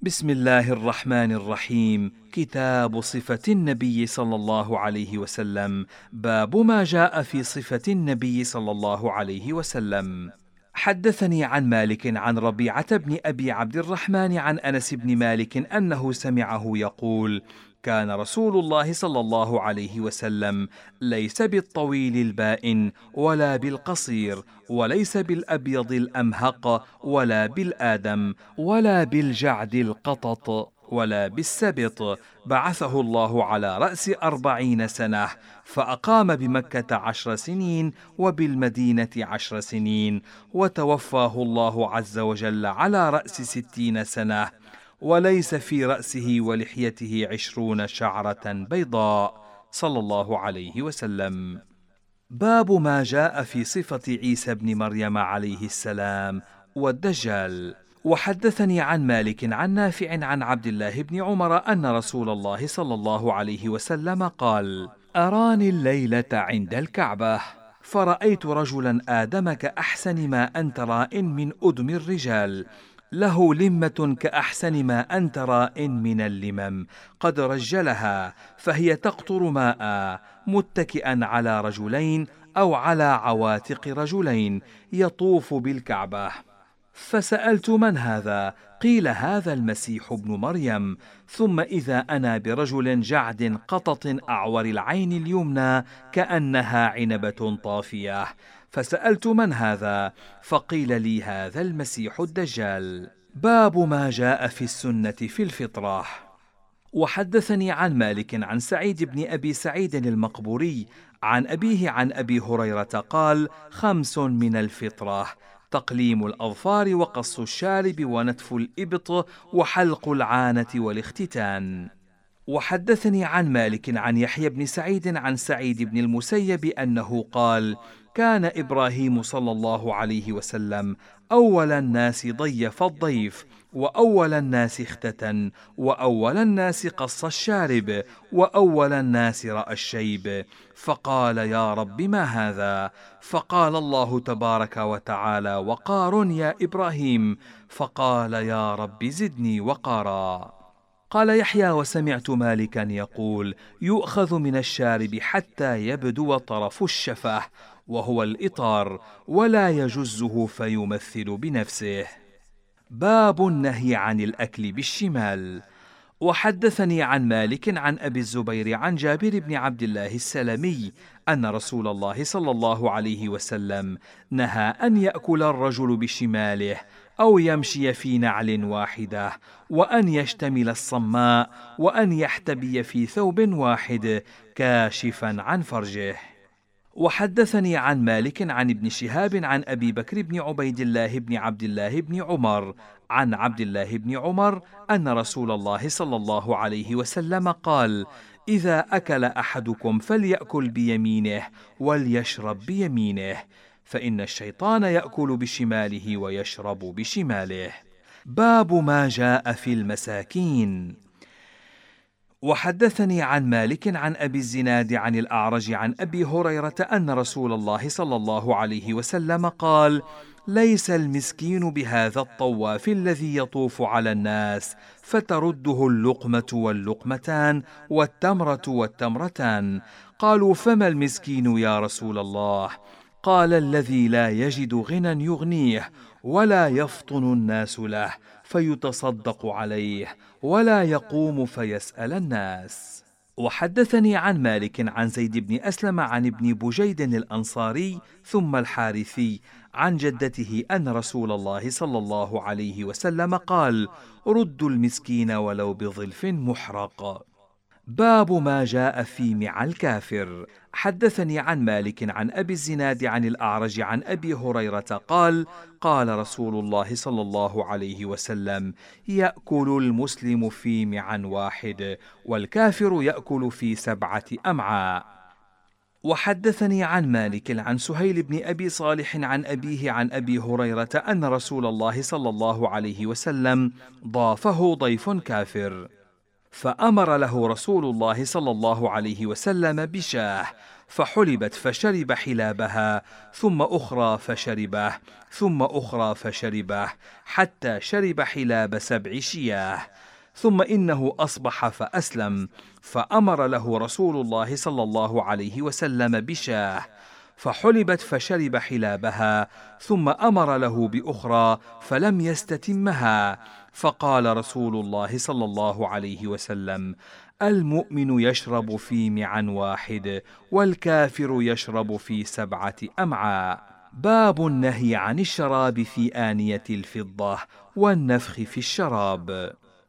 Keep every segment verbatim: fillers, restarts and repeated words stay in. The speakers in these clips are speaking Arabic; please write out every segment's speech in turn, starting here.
بسم الله الرحمن الرحيم. كتاب صفة النبي صلى الله عليه وسلم. باب ما جاء في صفة النبي صلى الله عليه وسلم. حدثني عن مالك عن ربيعة بن أبي عبد الرحمن عن أنس بن مالك أنه سمعه يقول: كان رسول الله صلى الله عليه وسلم ليس بالطويل البائن ولا بالقصير، وليس بالأبيض الأمهق ولا بالآدم ولا بالجعد القطط ولا بالسبط، بعثه الله على رأس أربعين سنة، فأقام بمكة عشر سنين وبالمدينة عشر سنين، وتوفاه الله عز وجل على رأس ستين سنة، وليس في رأسه ولحيته عشرون شعرة بيضاء، صلى الله عليه وسلم. باب ما جاء في صفة عيسى بن مريم عليه السلام والدجال. وحدثني عن مالك عن نافع عن عبد الله بن عمر أن رسول الله صلى الله عليه وسلم قال: أراني الليلة عند الكعبة فرأيت رجلا آدم كأحسن ما أنت راء من أدم الرجال، له لمة كأحسن ما أنت راء من اللمم، قد رجلها فهي تقطر ماء، متكئا على رجلين أو على عواتق رجلين، يطوف بالكعبة. فسألت: من هذا؟ قيل: هذا المسيح ابن مريم. ثم إذا أنا برجل جعد قطط أعور العين اليمنى كأنها عنبة طافية، فسألت: من هذا؟ فقيل لي: هذا المسيح الدجال. باب ما جاء في السنة في الفطرة. وحدثني عن مالك عن سعيد بن أبي سعيد المقبوري عن أبيه عن أبي هريرة قال: خمس من الفطرة: تقليم الأظفار وقص الشارب ونتف الإبط وحلق العانة والاختتان. وحدثني عن مالك عن يحيى بن سعيد عن سعيد بن المسيب أنه قال: كان إبراهيم صلى الله عليه وسلم أول الناس ضيف الضيف، وأول الناس اختتن، وأول الناس قص الشارب، وأول الناس رأى الشيب، فقال: يا رب ما هذا؟ فقال الله تبارك وتعالى: وقار يا إبراهيم، فقال: يا رب زدني وقارا. قال يحيى: وسمعت مالكا يقول: يؤخذ من الشارب حتى يبدو طرف الشفة، وهو الإطار، ولا يجزه فيمثل بنفسه. باب النهي عن الأكل بالشمال. وحدثني عن مالك عن أبي الزبير عن جابر بن عبد الله السلمي أن رسول الله صلى الله عليه وسلم نهى أن يأكل الرجل بشماله، أو يمشي في نعل واحدة، وأن يشتمل الصماء، وأن يحتبي في ثوب واحد كاشفا عن فرجه. وحدثني عن مالك عن ابن شهاب عن أبي بكر بن عبيد الله بن عبد الله بن عمر عن عبد الله بن عمر أن رسول الله صلى الله عليه وسلم قال: إذا أكل أحدكم فليأكل بيمينه وليشرب بيمينه، فإن الشيطان يأكل بشماله ويشرب بشماله. باب ما جاء في المساكين. وحدثني عن مالك عن أبي الزناد عن الأعرج عن أبي هريرة أن رسول الله صلى الله عليه وسلم قال: ليس المسكين بهذا الطواف الذي يطوف على الناس فترده اللقمة واللقمتان والتمرة والتمرتان. قالوا: فما المسكين يا رسول الله؟ قال: الذي لا يجد غنى يغنيه، ولا يفطن الناس له فيتصدق عليه، ولا يقوم فيسأل الناس. وحدثني عن مالك عن زيد بن أسلم عن ابن بجيد الأنصاري ثم الحارثي عن جدته أن رسول الله صلى الله عليه وسلم قال: ردوا المسكين ولو بظلف محرق. باب ما جاء في مع الكافر. حدثني عن مالك عن أبي الزناد عن الأعرج عن أبي هريرة قال: قال رسول الله صلى الله عليه وسلم: يأكل المسلم في معا واحد، والكافر يأكل في سبعة أمعاء. وحدثني عن مالك عن سهيل بن أبي صالح عن أبيه عن أبي هريرة أن رسول الله صلى الله عليه وسلم ضافه ضيف كافر، فأمر له رسول الله صلى الله عليه وسلم بشاه، فحلبت فشرب حلابها، ثم أخرى فشربه، ثم أخرى فشربه، حتى شرب حلاب سبع شياه. ثم إنه أصبح فأسلم، فأمر له رسول الله صلى الله عليه وسلم بشاه، فحلبت فشرب حلابها، ثم أمر له بأخرى فلم يستتمها، فقال رسول الله صلى الله عليه وسلم: المؤمن يشرب في معا واحد، والكافر يشرب في سبعة أمعاء. باب النهي عن الشراب في آنية الفضة والنفخ في الشراب.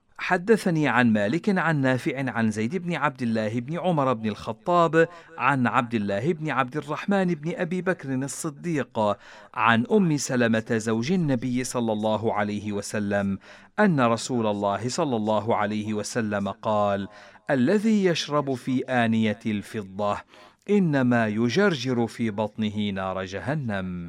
حدثني عن مالك عن نافع عن زيد بن عبد الله بن عمر بن الخطاب عن عبد الله بن عبد الرحمن بن أبي بكر الصديق عن أم سلمة زوج النبي صلى الله عليه وسلم أن رسول الله صلى الله عليه وسلم قال: الذي يشرب في آنية الفضة إنما يجرجر في بطنه نار جهنم.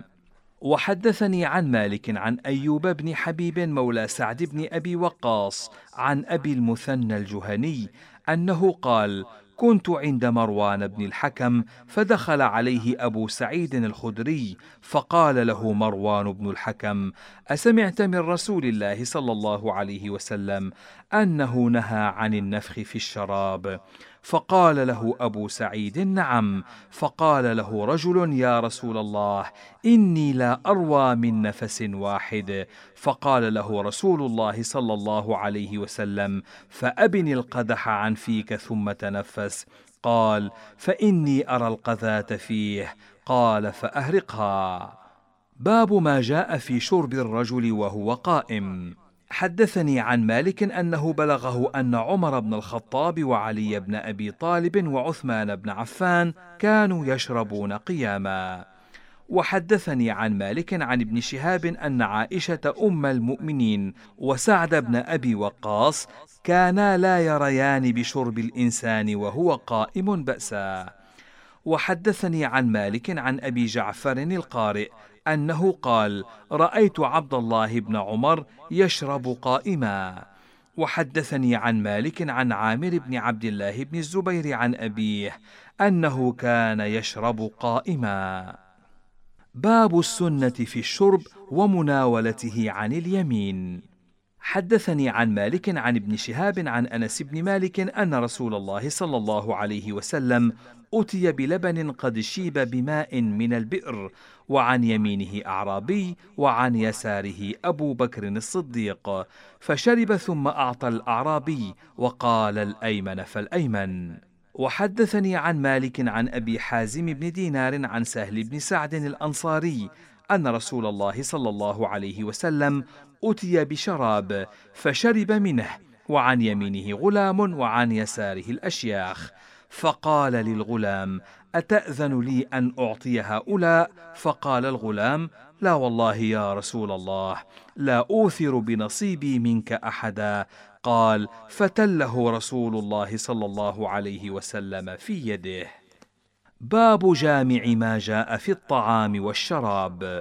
وحدثني عن مالك عن أيوب بن حبيب مولى سعد بن أبي وقاص عن أبي المثنى الجهني أنه قال: كنت عند مروان بن الحكم، فدخل عليه أبو سعيد الخدري، فقال له مروان بن الحكم: أسمعت من رسول الله صلى الله عليه وسلم أنه نهى عن النفخ في الشراب؟ فقال له أبو سعيد: نعم. فقال له رجل: يا رسول الله، إني لا أروى من نفس واحد. فقال له رسول الله صلى الله عليه وسلم: فأبن القدح عن فيك ثم تنفس. قال: فإني أرى القذاة فيه. قال: فأهرقها. باب ما جاء في شرب الرجل وهو قائم. حدثني عن مالك أنه بلغه أن عمر بن الخطاب وعلي بن أبي طالب وعثمان بن عفان كانوا يشربون قياما. وحدثني عن مالك عن ابن شهاب أن عائشة أم المؤمنين وسعد بن أبي وقاص كانا لا يريان بشرب الإنسان وهو قائم بأسا. وحدثني عن مالك عن أبي جعفر القارئ أنه قال: رأيت عبد الله بن عمر يشرب قائما. وحدثني عن مالك عن عامر بن عبد الله بن الزبير عن أبيه أنه كان يشرب قائما. باب السنة في الشرب ومناولته عن اليمين. حدثني عن مالك عن ابن شهاب عن أنس بن مالك أن رسول الله صلى الله عليه وسلم أتي بلبن قد شيب بماء من البئر، وعن يمينه أعرابي وعن يساره أبو بكر الصديق، فشرب ثم أعطى الأعرابي وقال: الأيمن فالأيمن. وحدثني عن مالك عن أبي حازم بن دينار عن سهل بن سعد الأنصاري أن رسول الله صلى الله عليه وسلم أتي بشراب فشرب منه، وعن يمينه غلام وعن يساره الأشياخ، فقال للغلام: أتأذن لي أن أعطي هؤلاء؟ فقال الغلام: لا والله يا رسول الله، لا أوثر بنصيبي منك أحدا. قال: فتله رسول الله صلى الله عليه وسلم في يده. باب جامع ما جاء في الطعام والشراب.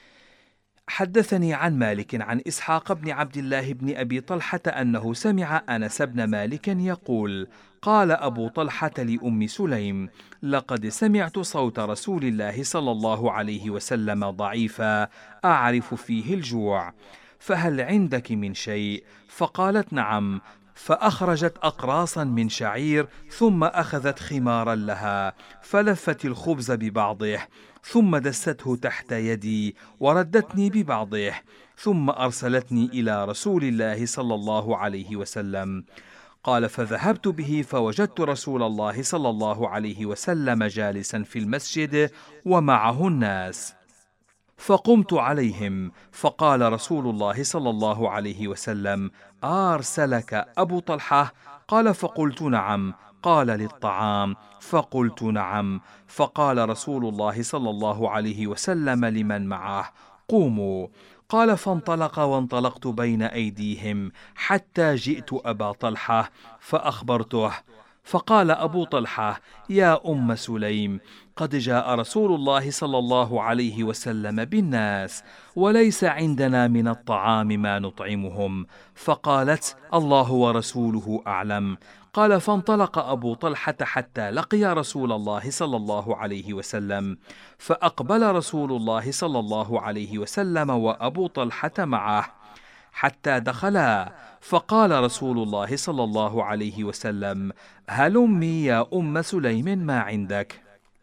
حدثني عن مالك عن إسحاق بن عبد الله بن أبي طلحة أنه سمع أنس بن مالك يقول: قال أبو طلحة لأم سليم: لقد سمعت صوت رسول الله صلى الله عليه وسلم ضعيفا أعرف فيه الجوع، فهل عندك من شيء؟ فقالت: نعم. فأخرجت أقراصا من شعير، ثم أخذت خمارا لها فلفت الخبز ببعضه، ثم دسته تحت يدي وردتني ببعضه، ثم أرسلتني إلى رسول الله صلى الله عليه وسلم. قال: فذهبت به فوجدت رسول الله صلى الله عليه وسلم جالسا في المسجد ومعه الناس، فقمت عليهم، فقال رسول الله صلى الله عليه وسلم: أرسلك أبو طلحة؟ قال: فقلت: نعم. قال: للطعام؟ فقلت: نعم. فقال رسول الله صلى الله عليه وسلم لمن معه: قوموا. قال: فانطلق وانطلقت بين أيديهم حتى جئت أبا طلحة فأخبرته، فقال أبو طلحة: يا أم سليم، قد جاء رسول الله صلى الله عليه وسلم بالناس، وليس عندنا من الطعام ما نطعمهم. فقالت: الله ورسوله أعلم. قال: فانطلق أبو طلحة حتى لقي رسول الله صلى الله عليه وسلم، فأقبل رسول الله صلى الله عليه وسلم وأبو طلحة معه حتى دخلا، فقال رسول الله صلى الله عليه وسلم: هلمي يا أم سليم ما عندك.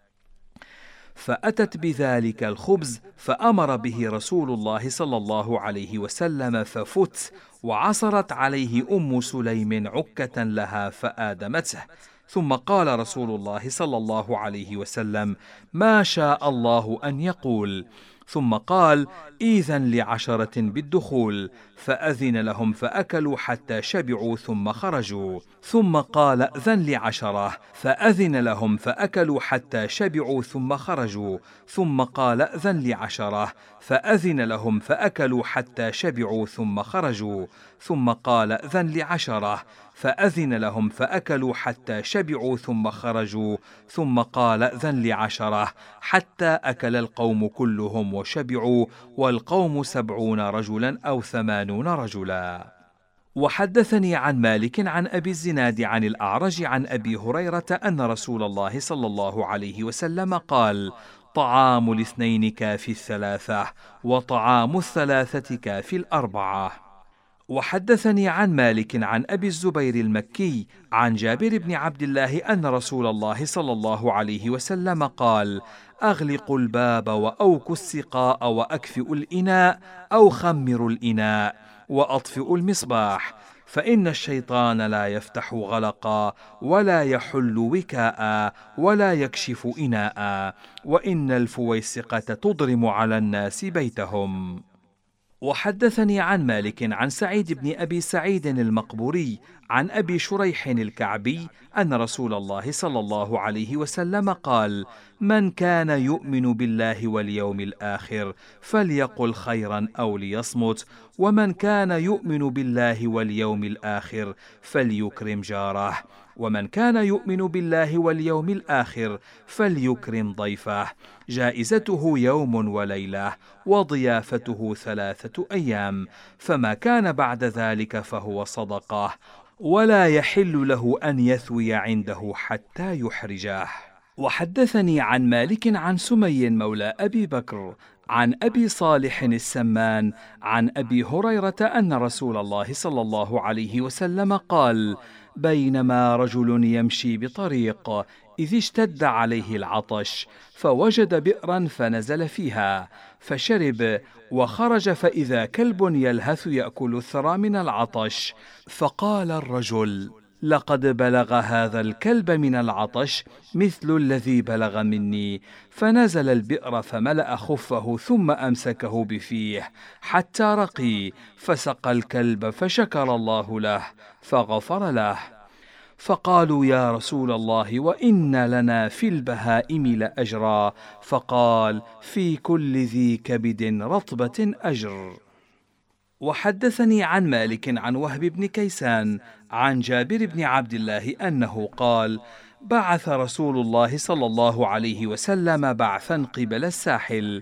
فأتت بذلك الخبز، فأمر به رسول الله صلى الله عليه وسلم ففت، وعصرت عليه أم سليم عكة لها فآدمته. ثم قال رسول الله صلى الله عليه وسلم: ما شاء الله أن يقول. ثم قال: إذن لعشرة بالدخول، فأذن لهم فأكلوا حتى شبعوا ثم خرجوا. ثم قال: أذن لعشرة، فأذن لهم فأكلوا حتى شبعوا ثم خرجوا. ثم قال: أذن لعشرة، فأذن لهم فأكلوا حتى شبعوا ثم خرجوا. ثم قال: أذن لعشرة، فأذن لهم فأكلوا حتى شبعوا ثم خرجوا. ثم قال: أذن لعشرة، حتى أكل القوم كلهم وشبعوا، والقوم سبعون رجلا أو ثمانون رجلا. وحدثني عن مالك عن أبي الزناد عن الأعرج عن أبي هريرة أن رسول الله صلى الله عليه وسلم قال: طعام الاثنين كافي الثلاثة، وطعام الثلاثة كافي الأربعة. وحدثني عن مالك عن أبي الزبير المكي عن جابر بن عبد الله أن رسول الله صلى الله عليه وسلم قال: أغلقوا الباب وأوكوا السقاء وأكفئوا الإناء أو خمروا الإناء وأطفئوا المصباح، فإن الشيطان لا يفتح غلقا ولا يحل وكاء ولا يكشف إناء، وإن الفويسقة تضرم على الناس بيتهم. وحدثني عن مالك عن سعيد بن أبي سعيد المقبوري عن أبي شريح الكعبي أن رسول الله صلى الله عليه وسلم قال: من كان يؤمن بالله واليوم الآخر فليقل خيرا أو ليصمت، ومن كان يؤمن بالله واليوم الآخر فليكرم جاره، ومن كان يؤمن بالله واليوم الآخر فليكرم ضيفه، جائزته يوم وليلة، وضيافته ثلاثة أيام، فما كان بعد ذلك فهو صدقة، ولا يحل له أن يثوي عنده حتى يحرجه. وحدثني عن مالك عن سمي مولى أبي بكر عن أبي صالح السمان عن أبي هريرة أن رسول الله صلى الله عليه وسلم قال: بينما رجل يمشي بطريق إذ اشتد عليه العطش، فوجد بئرا فنزل فيها فشرب، وخرج فإذا كلب يلهث يأكل الثرى من العطش، فقال الرجل: لقد بلغ هذا الكلب من العطش مثل الذي بلغ مني، فنزل البئر فملأ خفه ثم أمسكه بفيه حتى رقي، فسقى الكلب فشكر الله له فغفر له. فقالوا: يا رسول الله، وإن لنا في البهائم لأجرا؟ فقال: في كل ذي كبد رطبة أجر. وحدثني عن مالك عن وهب بن كيسان عن جابر بن عبد الله أنه قال: بعث رسول الله صلى الله عليه وسلم بعثا قبل الساحل،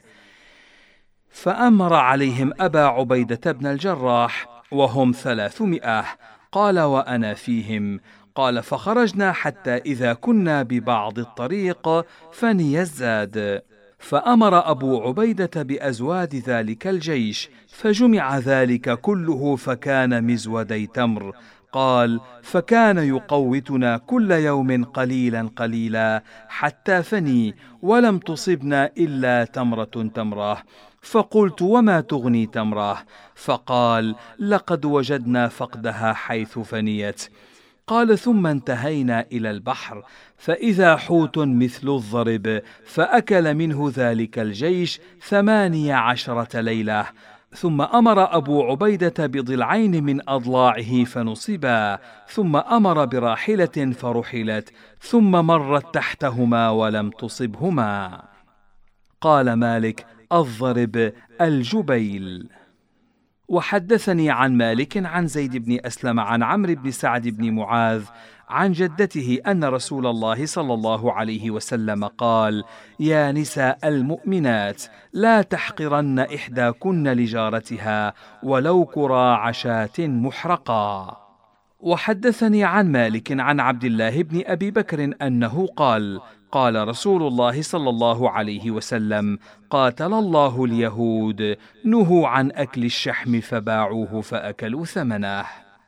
فأمر عليهم أبا عبيدة بن الجراح وهم ثلاثمائة، قال: وأنا فيهم. قال: فخرجنا حتى إذا كنا ببعض الطريق فني الزاد، فأمر أبو عبيدة بأزواد ذلك الجيش، فجمع ذلك كله فكان مزودي تمر. قال: فكان يقوتنا كل يوم قليلا قليلا حتى فني، ولم تصبنا إلا تمرة تمرة. فقلت: وما تغني تمرة؟ فقال: لقد وجدنا فقدها حيث فنيت. قال: ثم انتهينا إلى البحر، فإذا حوت مثل الضرب، فأكل منه ذلك الجيش ثمانية عشرة ليلة. ثم أمر أبو عبيدة بضلعين من أضلاعه فنصبا، ثم أمر براحلة فرحلت، ثم مرت تحتهما ولم تصبهما. قال مالك: الضرب الجبيل. وحدثني عن مالك عن زيد بن أسلم عن عمرو بن سعد بن معاذ عن جدته أن رسول الله صلى الله عليه وسلم قال: يا نساء المؤمنات، لا تحقرن إحداكن لجارتها ولو كرى عشاة محرقا. وحدثني عن مالك عن عبد الله بن أبي بكر أنه قال: قال رسول الله صلى الله عليه وسلم: قاتل الله اليهود، نهوا عن أكل الشحم فباعوه فأكلوا ثمنه.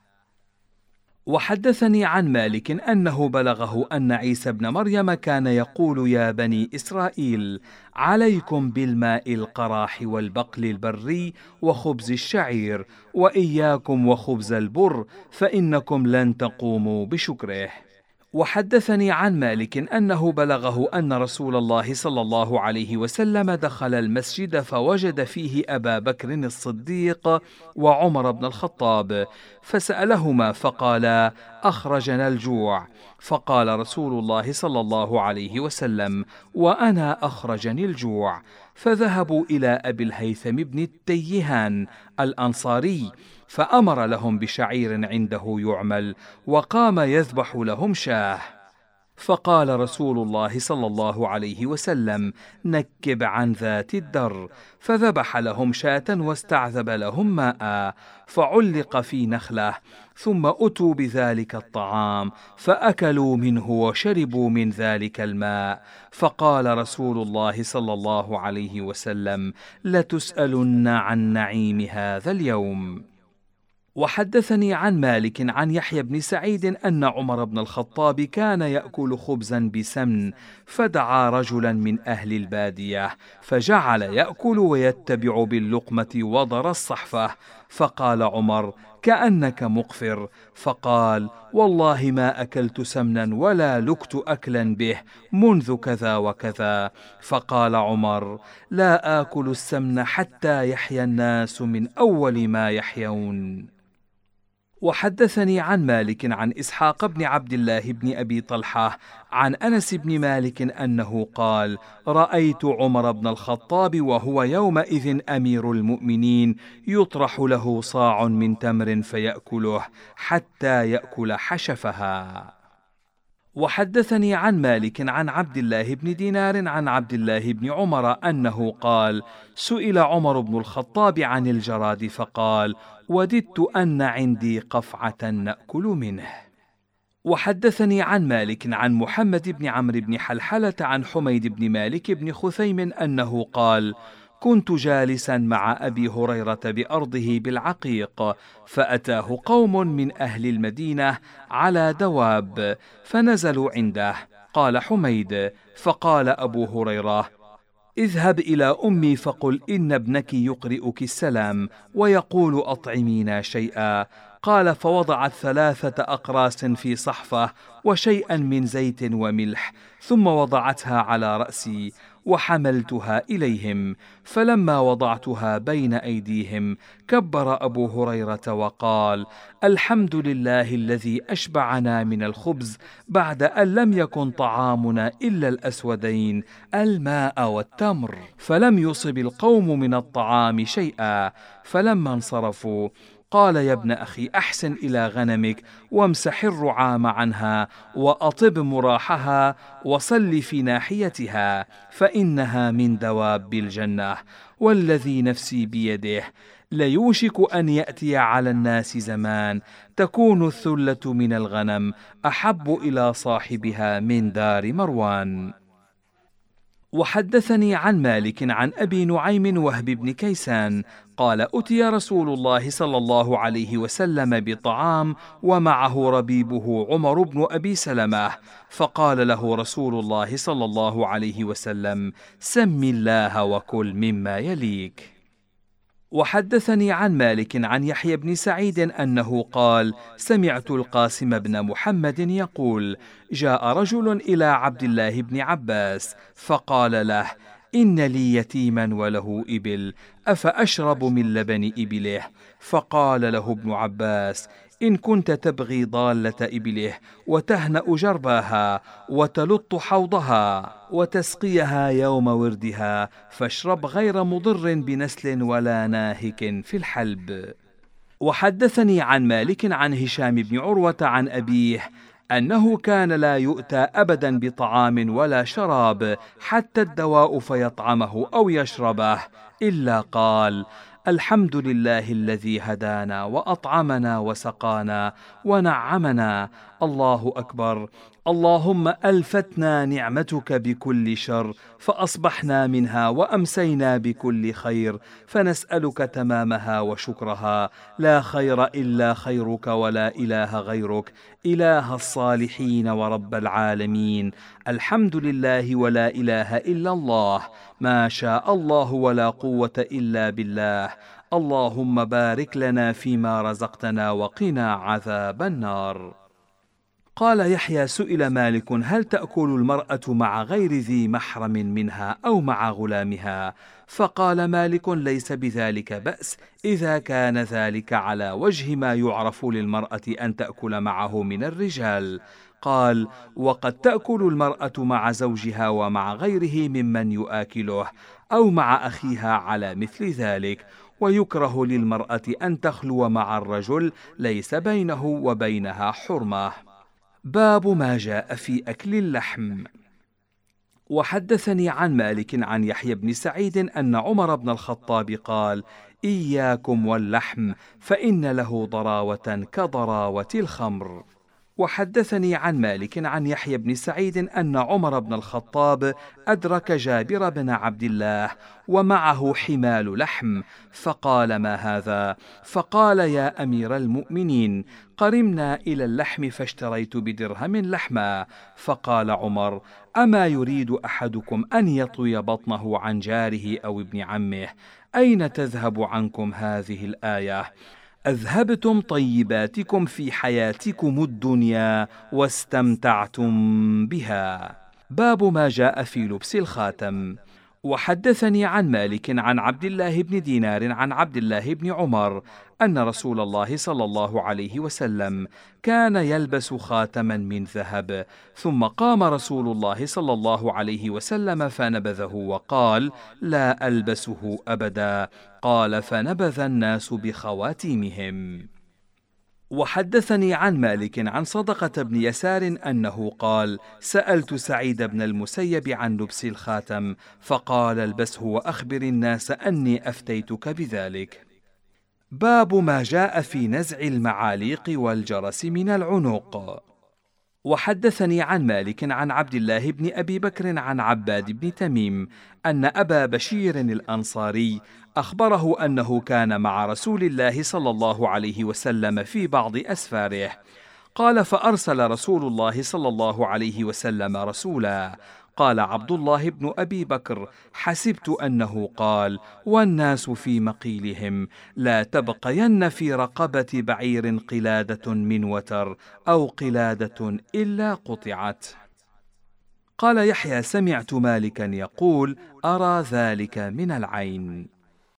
وحدثني عن مالك أنه بلغه أن عيسى بن مريم كان يقول: يا بني إسرائيل، عليكم بالماء القراح والبقل البري وخبز الشعير، وإياكم وخبز البر، فإنكم لن تقوموا بشكره. وحدثني عن مالك أنه بلغه أن رسول الله صلى الله عليه وسلم دخل المسجد فوجد فيه أبا بكر الصديق وعمر بن الخطاب، فسألهما فقالا: أخرجنا الجوع. فقال رسول الله صلى الله عليه وسلم: وأنا أخرجني الجوع. فذهبوا إلى أبي الهيثم بن التيهان الأنصاري، فأمر لهم بشعير عنده يعمل، وقام يذبح لهم شاه. فقال رسول الله صلى الله عليه وسلم: نكب عن ذات الدر. فذبح لهم شاة واستعذب لهم ماء، فعلق في نخلة، ثم أتوا بذلك الطعام فأكلوا منه وشربوا من ذلك الماء. فقال رسول الله صلى الله عليه وسلم: لتسألن عن نعيم هذا اليوم. وحدثني عن مالك عن يحيى بن سعيد أن عمر بن الخطاب كان يأكل خبزا بسمن، فدعا رجلا من أهل البادية فجعل يأكل ويتبع باللقمة وضر الصحفة. فقال عمر: كأنك مقفر. فقال: والله ما أكلت سمنا ولا لكت أكلا به منذ كذا وكذا. فقال عمر: لا آكل السمن حتى يحيا الناس من أول ما يحيون. وحدثني عن مالك عن إسحاق بن عبد الله بن أبي طلحة عن أنس بن مالك أنه قال: رأيت عمر بن الخطاب وهو يومئذ أمير المؤمنين يطرح له صاع من تمر فيأكله حتى يأكل حشفها. وحدثني عن مالك عن عبد الله بن دينار عن عبد الله بن عمر أنه قال: سئل عمر بن الخطاب عن الجراد فقال: وددت أن عندي قفعة نأكل منه. وحدثني عن مالك عن محمد بن عمرو بن حلحلة عن حميد بن مالك بن خثيم أنه قال: كنت جالسا مع أبي هريرة بأرضه بالعقيق، فأتاه قوم من أهل المدينة على دواب فنزلوا عنده. قال حميد: فقال أبو هريرة: اذهب إلى أمي فقل إن ابنك يقرئك السلام ويقول أطعمينا شيئا. قال: فوضعت ثلاثة أقراص في صحفة وشيئا من زيت وملح، ثم وضعتها على رأسي وحملتها إليهم. فلما وضعتها بين أيديهم كبر أبو هريرة وقال: الحمد لله الذي أشبعنا من الخبز بعد أن لم يكن طعامنا إلا الأسودين الماء والتمر. فلم يصب القوم من الطعام شيئا. فلما انصرفوا قال: يا ابن أخي، أحسن إلى غنمك وامسح الرعام عنها وأطب مراحها وصل في ناحيتها، فإنها من دواب الجنة. والذي نفسي بيده ليوشك أن يأتي على الناس زمان تكون الثلة من الغنم أحب إلى صاحبها من دار مروان. وحدثني عن مالك عن أبي نعيم وهب بن كيسان قال: أتي رسول الله صلى الله عليه وسلم بطعام ومعه ربيبه عمر بن أبي سلمة، فقال له رسول الله صلى الله عليه وسلم: سم الله وكل مما يليك. وحدثني عن مالك عن يحيى بن سعيد أنه قال: سمعت القاسم بن محمد يقول: جاء رجل إلى عبد الله بن عباس فقال له: إن لي يتيما وله إبل، أفأشرب من لبن إبله؟ فقال له ابن عباس: إن كنت تبغي ضالة إبله وتهنأ جرباها وتلط حوضها وتسقيها يوم وردها، فاشرب غير مضر بنسل ولا ناهك في الحلب. وحدثني عن مالك عن هشام بن عروة عن أبيه أنه كان لا يؤتى أبدا بطعام ولا شراب حتى الدواء فيطعمه أو يشربه، إلا قال: الحمد لله الذي هدانا وأطعمنا وسقانا ونعمنا، الله أكبر، اللهم ألفتنا نعمتك بكل شر فأصبحنا منها وأمسينا بكل خير، فنسألك تمامها وشكرها، لا خير إلا خيرك ولا إله غيرك، إله الصالحين ورب العالمين، الحمد لله ولا إله إلا الله، ما شاء الله ولا قوة إلا بالله، اللهم بارك لنا فيما رزقتنا وقنا عذاب النار. قال يحيى: سئل مالك: هل تأكل المرأة مع غير ذي محرم منها أو مع غلامها؟ فقال مالك: ليس بذلك بأس إذا كان ذلك على وجه ما يعرف للمرأة أن تأكل معه من الرجال. قال: وقد تأكل المرأة مع زوجها ومع غيره ممن يؤكله أو مع أخيها على مثل ذلك، ويكره للمرأة أن تخلو مع الرجل ليس بينه وبينها حرمة. باب ما جاء في أكل اللحم. وحدثني عن مالك عن يحيى بن سعيد أن عمر بن الخطاب قال: إياكم واللحم فإن له ضراوة كضراوة الخمر. وحدثني عن مالك عن يحيى بن سعيد أن عمر بن الخطاب أدرك جابر بن عبد الله ومعه حمال لحم، فقال: ما هذا؟ فقال: يا أمير المؤمنين، قرمنا إلى اللحم فاشتريت بدرهم لحما. فقال عمر: أما يريد أحدكم أن يطوي بطنه عن جاره أو ابن عمه؟ أين تذهب عنكم هذه الآية؟ أذهبتم طيباتكم في حياتكم الدنيا واستمتعتم بها. باب ما جاء في لبس الخاتم. وحدثني عن مالك عن عبد الله بن دينار عن عبد الله بن عمر أن رسول الله صلى الله عليه وسلم كان يلبس خاتما من ذهب، ثم قام رسول الله صلى الله عليه وسلم فنبذه وقال: لا ألبسه أبدا. قال: فنبذ الناس بخواتيمهم. وحدثني عن مالك عن صدقة بن يسار أنه قال: سألت سعيد بن المسيب عن لبس الخاتم، فقال: البسه وأخبر الناس أني أفتيتك بذلك. باب ما جاء في نزع المعاليق والجرس من العنق. وحدثني عن مالك عن عبد الله بن أبي بكر عن عباد بن تميم أن أبا بشير الأنصاري أخبره أنه كان مع رسول الله صلى الله عليه وسلم في بعض أسفاره. قال: فأرسل رسول الله صلى الله عليه وسلم رسولا. قال عبد الله بن أبي بكر: حسبت أنه قال: والناس في مقيلهم، لا تبقين في رقبة بعير قلادة من وتر أو قلادة إلا قطعت. قال يحيى: سمعت مالكا يقول: أرى ذلك من العين.